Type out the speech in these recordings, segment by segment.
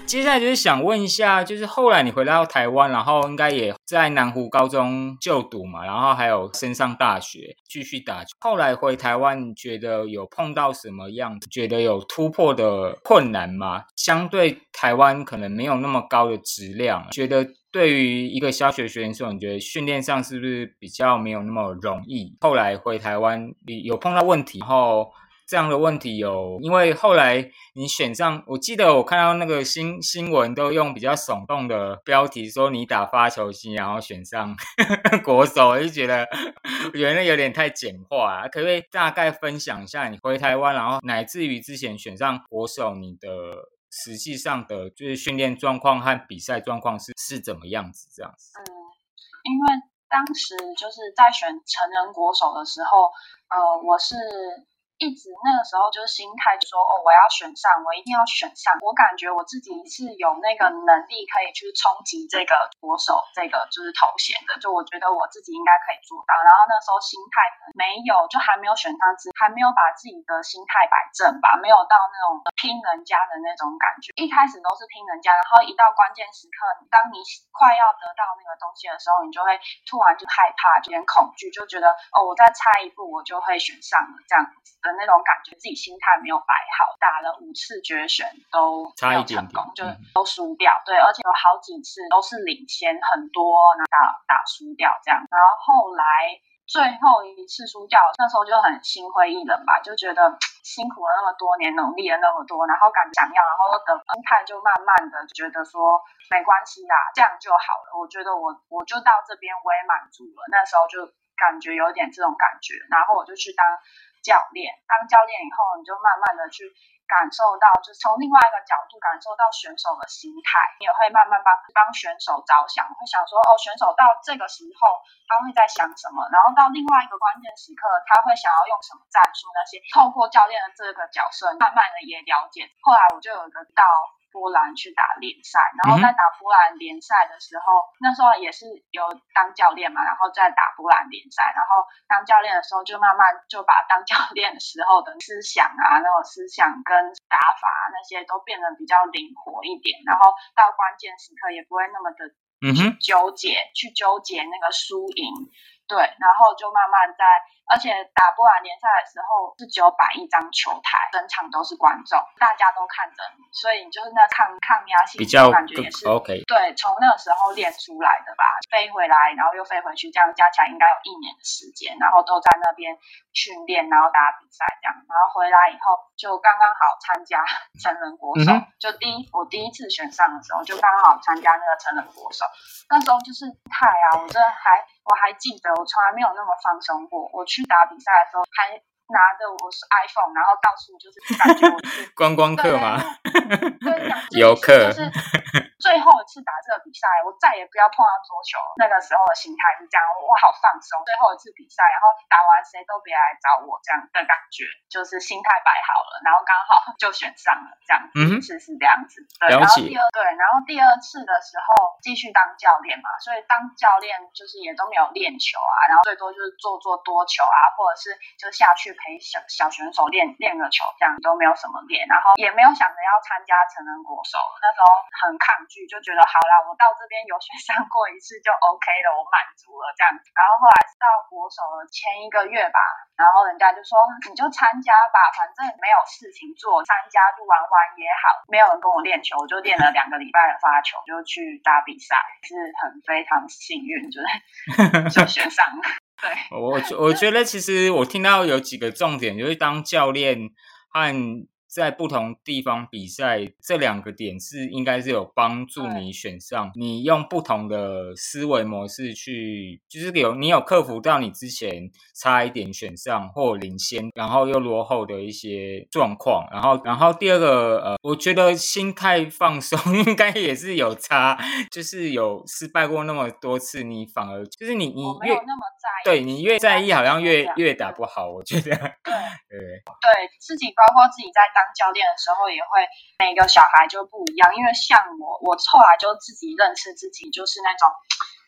接下来就是想问一下，就是后来你回到台湾，然后应该也在南湖高中就读嘛，然后还有升上大学继续打球。后来回台湾，觉得有碰到什么样觉得有突破的困难吗？相对台湾可能没有那么高的质量，觉得对于一个小学选手，你觉得训练上是不是比较没有那么容易？后来回台湾有碰到问题，然后这样的问题因为后来你选上，我记得我看到那个新闻都用比较耸动的标题说你打发球星，然后选上国手，我就觉得那有点太简化了。可不可以大概分享一下你回台湾，然后乃至于之前选上国手，你的实际上的就是训练状况和比赛状况是怎么样子？这样子。 因为当时就是在选成人国手的时候，我是一直那个时候就是心态就说我要选上，我一定要选上。我感觉我自己是有那个能力可以去冲击这个国手这个就是头衔的，就我觉得我自己应该可以做到。然后那时候心态没有，就还没有选上之，还没有把自己的心态摆正吧，没有到那种拼人家的那种感觉。一开始都是拼人家，然后一到关键时刻，当你快要得到那个东西的时候，你就会突然就害怕，有点恐惧，就觉得我再差一步我就会选上了这样子的那种感觉，自己心态没有摆好，打了5次决选都没有成功，就都输掉。对，而且有好几次都是领先很多，然后打输掉这样。然后后来最后一次输掉，那时候就很心灰意冷吧，就觉得辛苦了那么多年，努力了那么多，然后想要，然后心态就慢慢的觉得说没关系啦，这样就好了。我觉得我就到这边我也满足了，那时候就感觉有点这种感觉，然后我就去当教练。当教练以后，你就慢慢的去感受到，就是从另外一个角度感受到选手的心态，你也会慢慢帮选手着想，会想说选手到这个时候他会在想什么，然后到另外一个关键时刻他会想要用什么战术，那些透过教练的这个角色慢慢的也了解。后来我就有一个到波兰去打联赛，然后在打波兰联赛的时候，那时候也是有当教练嘛，然后再打波兰联赛，然后当教练的时候就慢慢就把当教练的时候的思想啊，那种思想跟打法那些都变得比较灵活一点，然后到关键时刻也不会那么的去纠结那个输赢。对，然后就慢慢而且打波兰联赛的时候是只有摆一张球台，整场都是观众，大家都看着你，所以你就是那抗压性， 比较感觉也是 OK。 对，从那个时候练出来的吧，飞回来然后又飞回去，这样加起来应该有1年的时间，然后都在那边训练，然后打比赛这样，然后回来以后就刚刚好参加成人国手，就我第一次选上的时候就刚刚好参加那个成人国手，那时候就是我还记得我从来没有那么放松过。我去打比赛的时候还拿着我是 iPhone， 然后到处就是感觉我是观光客吗？ 对， 游客。 就是最后一次打这个比赛，我再也不要碰到桌球。那个时候的心态是这样，我好放松。最后一次比赛，然后打完谁都别来找我这样的感觉，就是心态摆好了，然后刚好就选上了这样。第一次是这样子，对。然后第二次的时候继续当教练嘛，所以当教练就是也都没有练球啊，然后最多就是做多球啊，或者是就下去陪小选手练个球，这样都没有什么练，然后也没有想着要参加成人国手，那时候很抗拒，就觉得好啦，我到这边有选上过一次就 OK 了，我满足了这样子。然后后来到国手的前1个月吧，然后人家就说你就参加吧，反正没有事情做，参加就玩也好。没有人跟我练球，我就练了2个礼拜的发球，就去打比赛，是非常幸运，就选上了。对， 我觉得其实我听到有几个重点，就是当教练和在不同地方比赛这2个点是应该是有帮助你选上，你用不同的思维模式去，就是你有克服到你之前差一点选上或领先然后又落后的一些状况，然后第二个我觉得心态放松应该也是有差，就是有失败过那么多次，你反而就是你没有那么在意， 对，你越在意好像越打不好，我觉得对自己，包括自己在当教练的时候也会，每个小孩就不一样，因为像我后来就自己认识自己，就是那种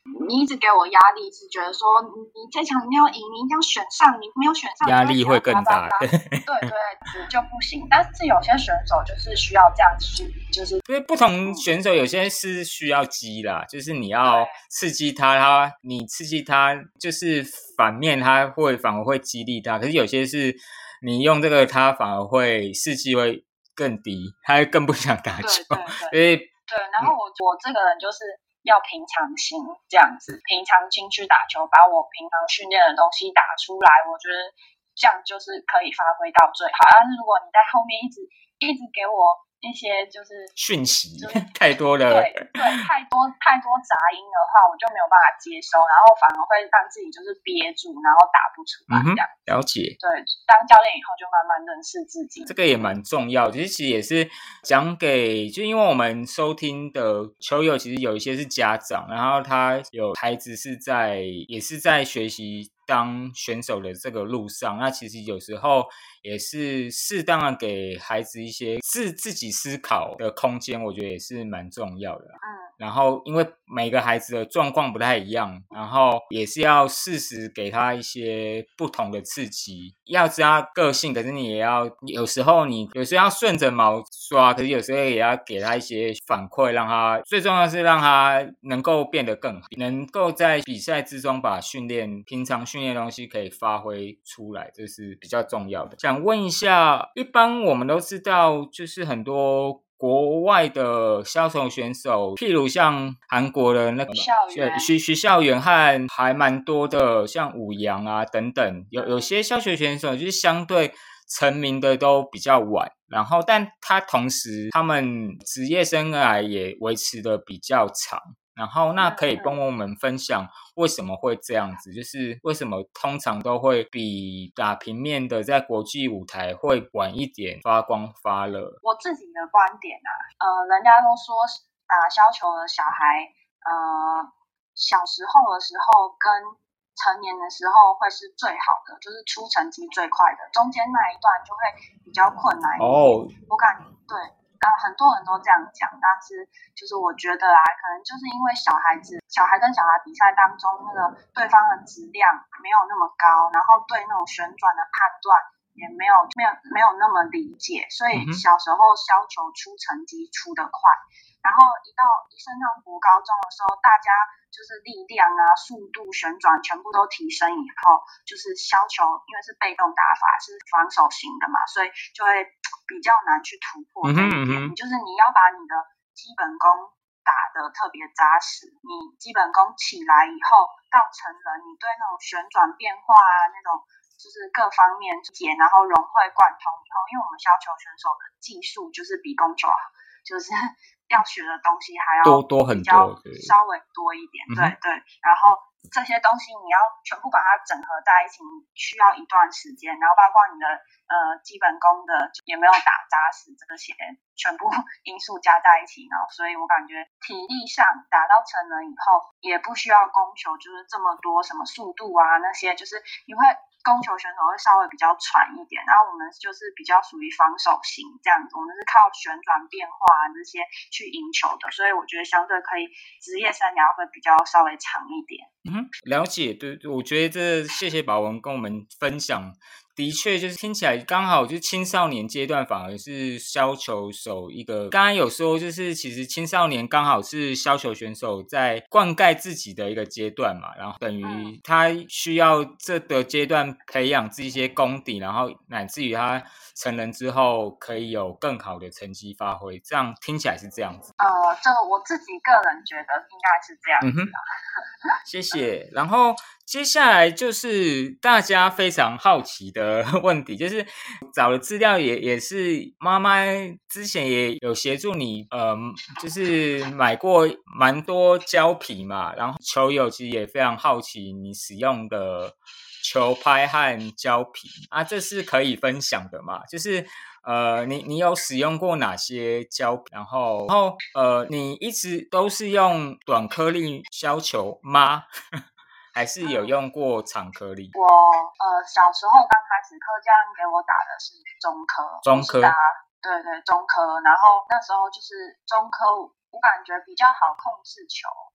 你一直给我压力，是觉得说你这场一定要赢，你一定要选上，你没有选上压力会更大。 对对，就不行。但是有些选手就是需要这样去，就是因为不同选手有些是需要激啦，就是你要刺激他，你刺激他就是反面，他反而会激励他。可是有些是你用这个，他反而会士气会更低，他会更不想打球。 对，然后我这个人就是要平常心这样子，平常心去打球，把我平常训练的东西打出来，我觉得这样就是可以发挥到最好。但是如果你在后面一直给我一些就是讯息太多了， 对，太多杂音的话，我就没有办法接收，然后反而会让自己就是憋住，然后打不出来这样。 了解。 对，当教练以后就慢慢认识自己， 这个也蛮重要。其实也是讲给，就因为我们收听的球友，其实有一些是家长，然后他有孩子也是在学习当选手的这个路上，那其实有时候也是适当的给孩子一些自己思考的空间，我觉得也是蛮重要的。然后因为每个孩子的状况不太一样，然后也是要适时给他一些不同的刺激，要知道他个性，可是你也要有时候要顺着毛刷，可是有时候也要给他一些反馈，让他最重要是让他能够变得更好，能够在比赛之中把平常训练的东西可以发挥出来，这是比较重要的。想问一下，一般我们都知道就是很多国外的削球选手，譬如像韩国的那个徐孝元和还蛮多的，像武阳啊等等，有些削球选手就是相对成名的都比较晚，然后但同时他们职业生涯也维持的比较长。然后那可以跟我们分享为什么会这样子，就是为什么通常都会比打平面的在国际舞台会晚一点发光发热。 我自己的观点人家都说打削球的小孩小时候的时候跟成年的时候会是最好的，就是出成绩最快的，中间那一段就会比较困难一点。我感觉对，很多人都这样讲，但是就是我觉得可能就是因为小孩跟小孩比赛当中，那个对方的质量没有那么高，然后对那种旋转的判断也没有那么理解，所以小时候削球出成绩出得快，然后一升上国高中的时候，大家就是力量速度、旋转全部都提升以后，就是削球，因为是被动打法，是防守型的嘛，所以就会比较难去突破这一点。就是你要把你的基本功打得特别扎实，你基本功起来以后，到成人，你对那种旋转变化那种就是各方面解，然后融会贯通以后，因为我们削球选手的技术就是比攻球就是要学的东西还要多很多， 稍微多一点，对，然后这些东西你要全部把它整合在一起，你需要一段时间，然后包括你的基本功的也没有打扎实，这些全部因素加在一起，然后所以我感觉体力上打到成人以后也不需要攻球，就是这么多什么速度那些，就是你会攻球选手会稍微比较喘一点，然后我们就是比较属于防守型这样子，我们是靠旋转变化这些去赢球的，所以我觉得相对可以职业生涯会比较稍微长一点。 了解，对，我觉得谢谢宝文跟我们分享，的确就是听起来刚好就是青少年阶段反而是削球手一个，刚刚有说就是其实青少年刚好是削球选手在灌溉自己的一个阶段嘛，然后等于他需要这个阶段培养自己一些功底，然后乃至于他成人之后可以有更好的成绩发挥，这样听起来是这样子。 这个我自己个人觉得应该是这样子谢谢。然后接下来就是大家非常好奇的问题，就是找的资料也是妈妈之前也有协助你，就是买过蛮多胶皮嘛，然后球友其实也非常好奇你使用的球拍和胶皮这是可以分享的嘛？就是你有使用过哪些胶皮？然后你一直都是用短颗粒削球吗？还是有用过长颗粒？ 我小时候刚开始课教练给我打的是中颗，对中颗，然后那时候就是中颗，我感觉比较好控制球，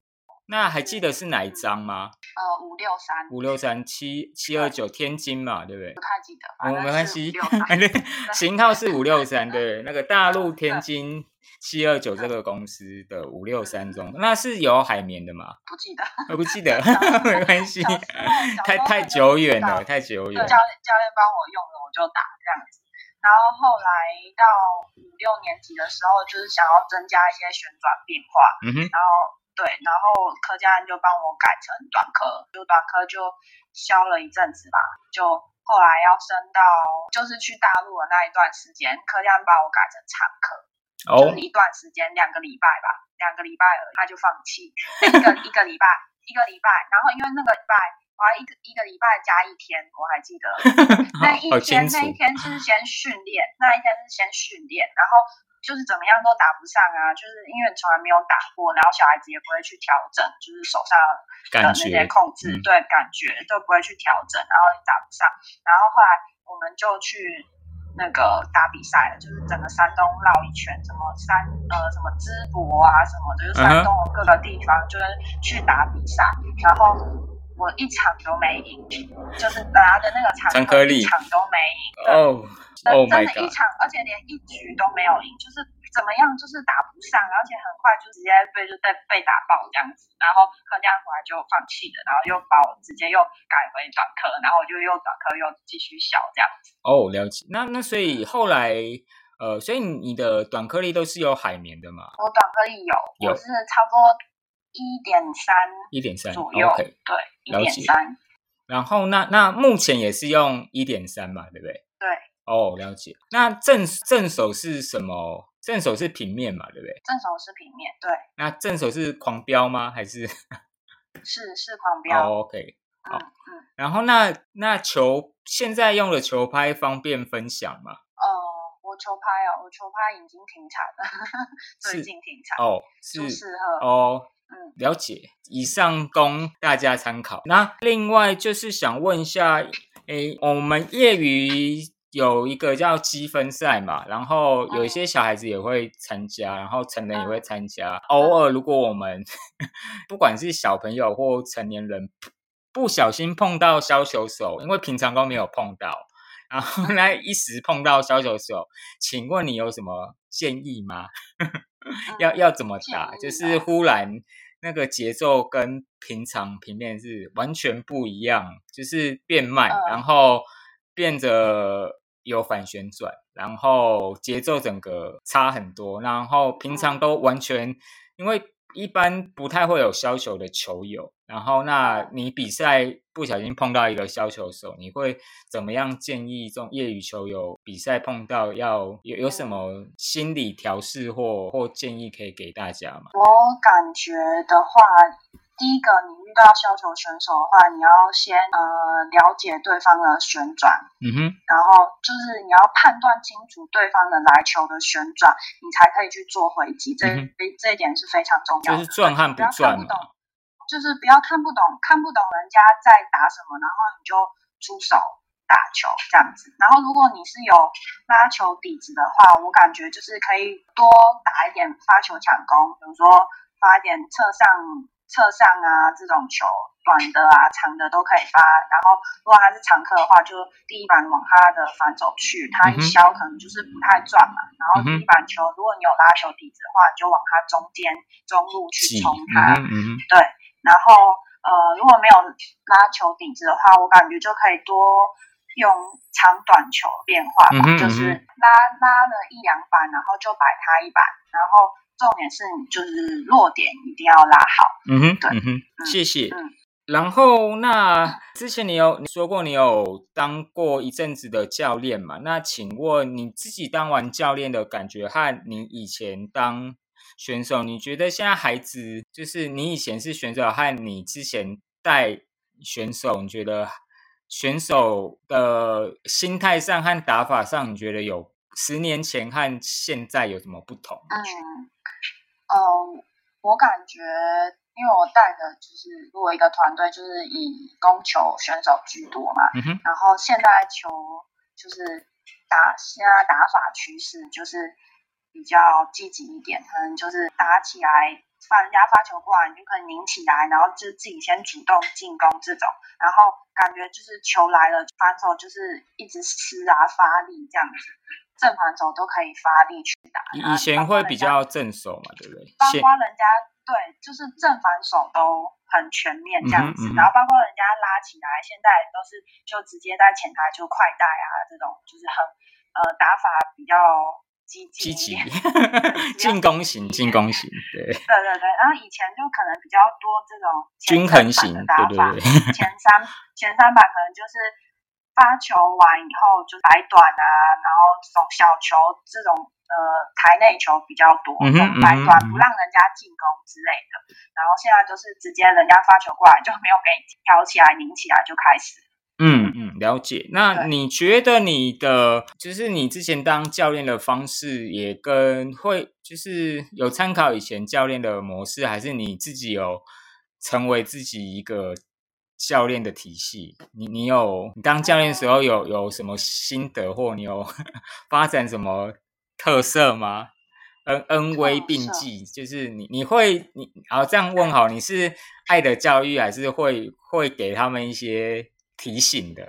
那还记得是哪一张吗 ？563。 563-729天津嘛，对不对？ 不太记得，反正没关系 563。 型号是563，对，那个大陆天津729这个公司的563中，那是有海绵的吗？ 不记得， 我不记得，没关系，太久远了，太久远。 教练帮我用了，我就打这样子。然后后来到5、6年级的时候，就是想要增加一些旋转变化，然后然后柯佳恩就帮我改成短科，就短科就教了一阵子吧，就后来要升到就是去大陆的那一段时间，柯佳恩把我改成长科，就是一段时间2个礼拜吧，2个礼拜而已，他就放弃，一个礼拜，然后因为那个礼拜。我还一个礼拜加1天，我还记得那一天是先训练，然后就是怎么样都打不上啊，就是因为从来没有打过，然后小孩子也不会去调整，就是手上的那些控制，对，感觉都不会去调整，然后打不上，然后后来我们就去那个打比赛了，就是整个山东绕一圈，什么淄博啊什么的，就是山东各个地方就是去打比赛，然后我一场都没赢，就是拿的那个长颗粒一场都没赢，真的一场，而且连一局都没有赢，就是怎么样就是打不上，而且很快就直接被打爆这样子，然后柯佳恩回来就放弃了，然后又把我直接又改回短科，然后我就又短科又继续小这样子。 了解。那所以后来所以你的短颗粒都是有海绵的吗？ 我短颗粒有，我是差不多1.3左右，对，1.3。 然后那目前也是用 1.3 嘛，对不对？ 对。 了解。那正手是什么？正手是平面嘛，对不对？ 正手是平面，对。 那正手是狂飙吗？还是？ 是狂飙。 OK， 好。然后那现在用的球拍方便分享吗？ 我球拍已经停产了，最近停产。 是适合。 了解，以上供大家参考。那另外就是想问一下，我们业余有一个叫积分赛嘛，然后有一些小孩子也会参加，然后成人也会参加。偶尔如果我们不管是小朋友或成年人不小心碰到削球手，因为平常都没有碰到，然后那一时碰到削球手，请问你有什么建议吗？要怎么打？就是忽然那个节奏跟平常平面是完全不一样，就是变慢，然后变得有反旋转，然后节奏整个差很多，然后平常都完全因为一般不太会有削球的球友，然后那你比赛不小心碰到一个削球手，你会怎么样建议这种业余球友比赛碰到要有什么心理调试或建议可以给大家吗？ 我感觉的话，第一个你遇到削球选手的话，你要先了解对方的旋转，然后就是你要判断清楚对方的来球的旋转，你才可以去做回击，这一点是非常重要的。 就是转和不转嘛， 就是不要看不懂人家在打什么，然后你就出手打球这样子。然后如果你是有拉球底子的话，我感觉就是可以多打一点发球抢攻，比如说发一点侧上啊这种球，短的啊长的都可以发。然后如果他是长颗的话，就第一板往他的反手去，他一削可能就是不太转嘛。然后第一板球，如果你有拉球底子的话，你就往他中路去冲他。对。然后如果没有拉球底子的话，我感觉就可以多用长短球变化吧，就是拉了1-2板，然后就摆他一板，然后重点是你就是落点一定要拉好。 谢谢。然后那之前你说过你有当过一阵子的教练嘛？那请问你自己当完教练的感觉和你以前当选手，你觉得现在孩子就是你以前是选手和你之前带选手，你觉得选手的心态上和打法上，你觉得有10年前和现在有什么不同？ 我感觉因为我带的就是如果一个团队就是以攻球选手居多嘛，然后现在球就是现在打法趋势就是比较积极一点，可能就是打起来人家发球过来，你就可以拧起来，然后就自己先主动进攻这种，然后感觉就是球来了，反手就是一直吃啊发力这样子，正反手都可以发力去打。 以前会比较正手嘛，对不对？ 包括人家对，就是正反手都很全面这样子，然后包括人家拉起来，现在都是就直接在前台就快带啊，这种就是很打法比较积极， 进攻型，对， 然后以前就可能比较多这种均衡型的打法， 对，前三板可能就是发球完以后就摆短啊，然后这种小球这种台内球比较多，摆短不让人家进攻之类的，然后现在就是直接人家发球过来就没有给你挑起来拧起来就开始。 了解。那你觉得你的就是你之前当教练的方式也跟就是有参考以前教练的模式，还是你自己有成为自己一个教练的体系？你当教练的时候有什么心得，或你有发展什么特色吗？恩威并济，就是你这样问好，你是爱的教育，还是会给他们一些提醒的？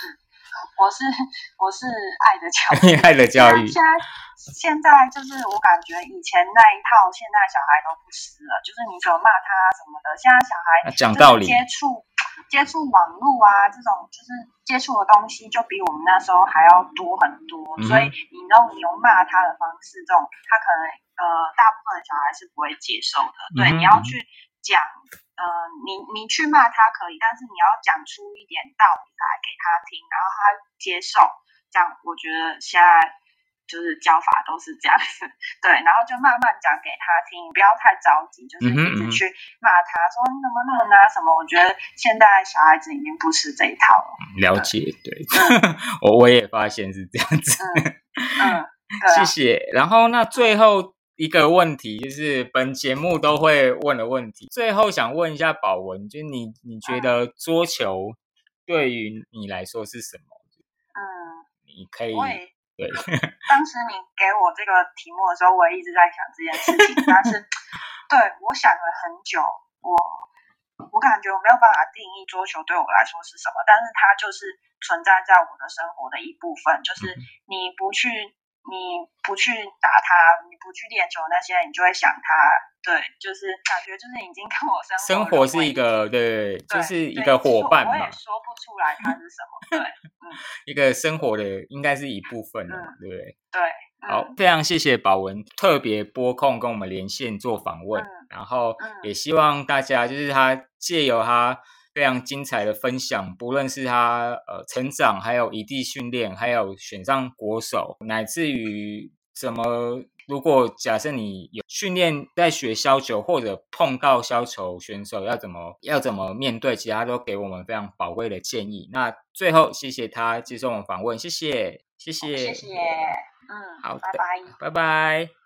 我是爱的教育， 爱的教育。 现在就是我感觉以前那一套，现在小孩都不吃了。就是你怎么骂他什么的，现在小孩讲道理， 接触网络啊，这种就是接触的东西，就比我们那时候还要多很多。所以你用骂他的方式，这种他可能大部分的小孩是不会接受的。对，你要去讲。你去骂他可以，但是你要讲出一点道理来给他听，然后他接受，这样我觉得现在就是教法都是这样子，对，然后就慢慢讲给他听，不要太着急，就是一直去骂他说你怎么弄啊什么，我觉得现在小孩子已经不吃这一套了。 了解，对，我也发现是这样子。谢谢。然后那最后一个问题就是本节目都会问的问题，最后想问一下宝文，就是你觉得桌球对于你来说是什么？你可以对。 当时你给我这个题目的时候，我也一直在想这件事情，但是对我想了很久，我感觉我没有办法定义桌球对我来说是什么，但是它就是存在在我的生活的一部分，就是你不去打它，你不去练球那些，你就会想它。对，就是感觉就是已经跟我生活是一个对，就是一个伙伴嘛。 我也说不出来它是什么，对， 一个生活的应该是一部分的嘛，对不对？ 对。 好，非常谢谢宝文特别拨空跟我们连线做访问，然后也希望大家就是他借由他非常精彩的分享，不论是他成长，还有异地训练，还有选上国手，乃至于怎么，如果假设你有训练在学削球，或者碰到削球选手要怎么面对，其他都给我们非常宝贵的建议。那最后谢谢他接受我们访问，谢谢。 谢谢， 好的， 拜拜。 拜拜。